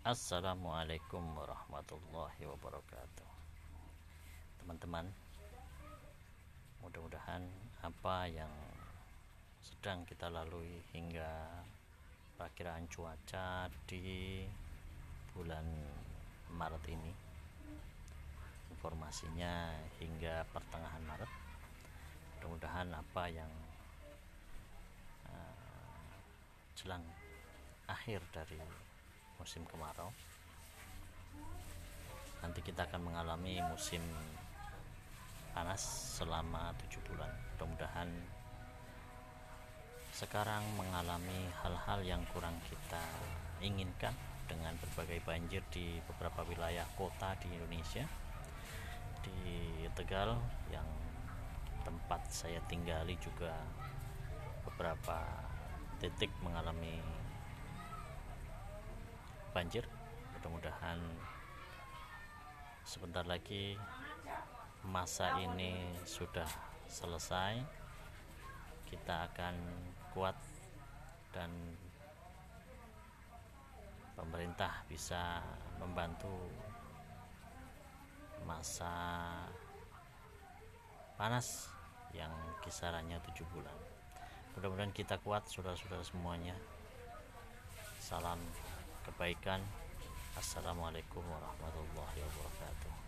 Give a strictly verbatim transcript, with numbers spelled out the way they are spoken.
Assalamualaikum warahmatullahi wabarakatuh. Teman-teman, mudah-mudahan apa yang sedang kita lalui hingga perkiraan cuaca di bulan Maret ini, informasinya hingga pertengahan Maret, mudah-mudahan apa yang uh, jelang akhir dari musim kemarau, nanti kita akan mengalami musim panas selama tujuh bulan. Mudah-mudahan sekarang mengalami hal-hal yang kurang kita inginkan dengan berbagai banjir di beberapa wilayah kota di Indonesia. Di Tegal yang tempat saya tinggali juga beberapa titik mengalami banjir. Mudah-mudahan sebentar lagi masa ini sudah selesai, kita akan kuat dan pemerintah bisa membantu masa panas yang kisarannya tujuh bulan. Mudah-mudahan kita kuat, saudara-saudara semuanya. Salam kebaikan. Assalamualaikum warahmatullahi wabarakatuh.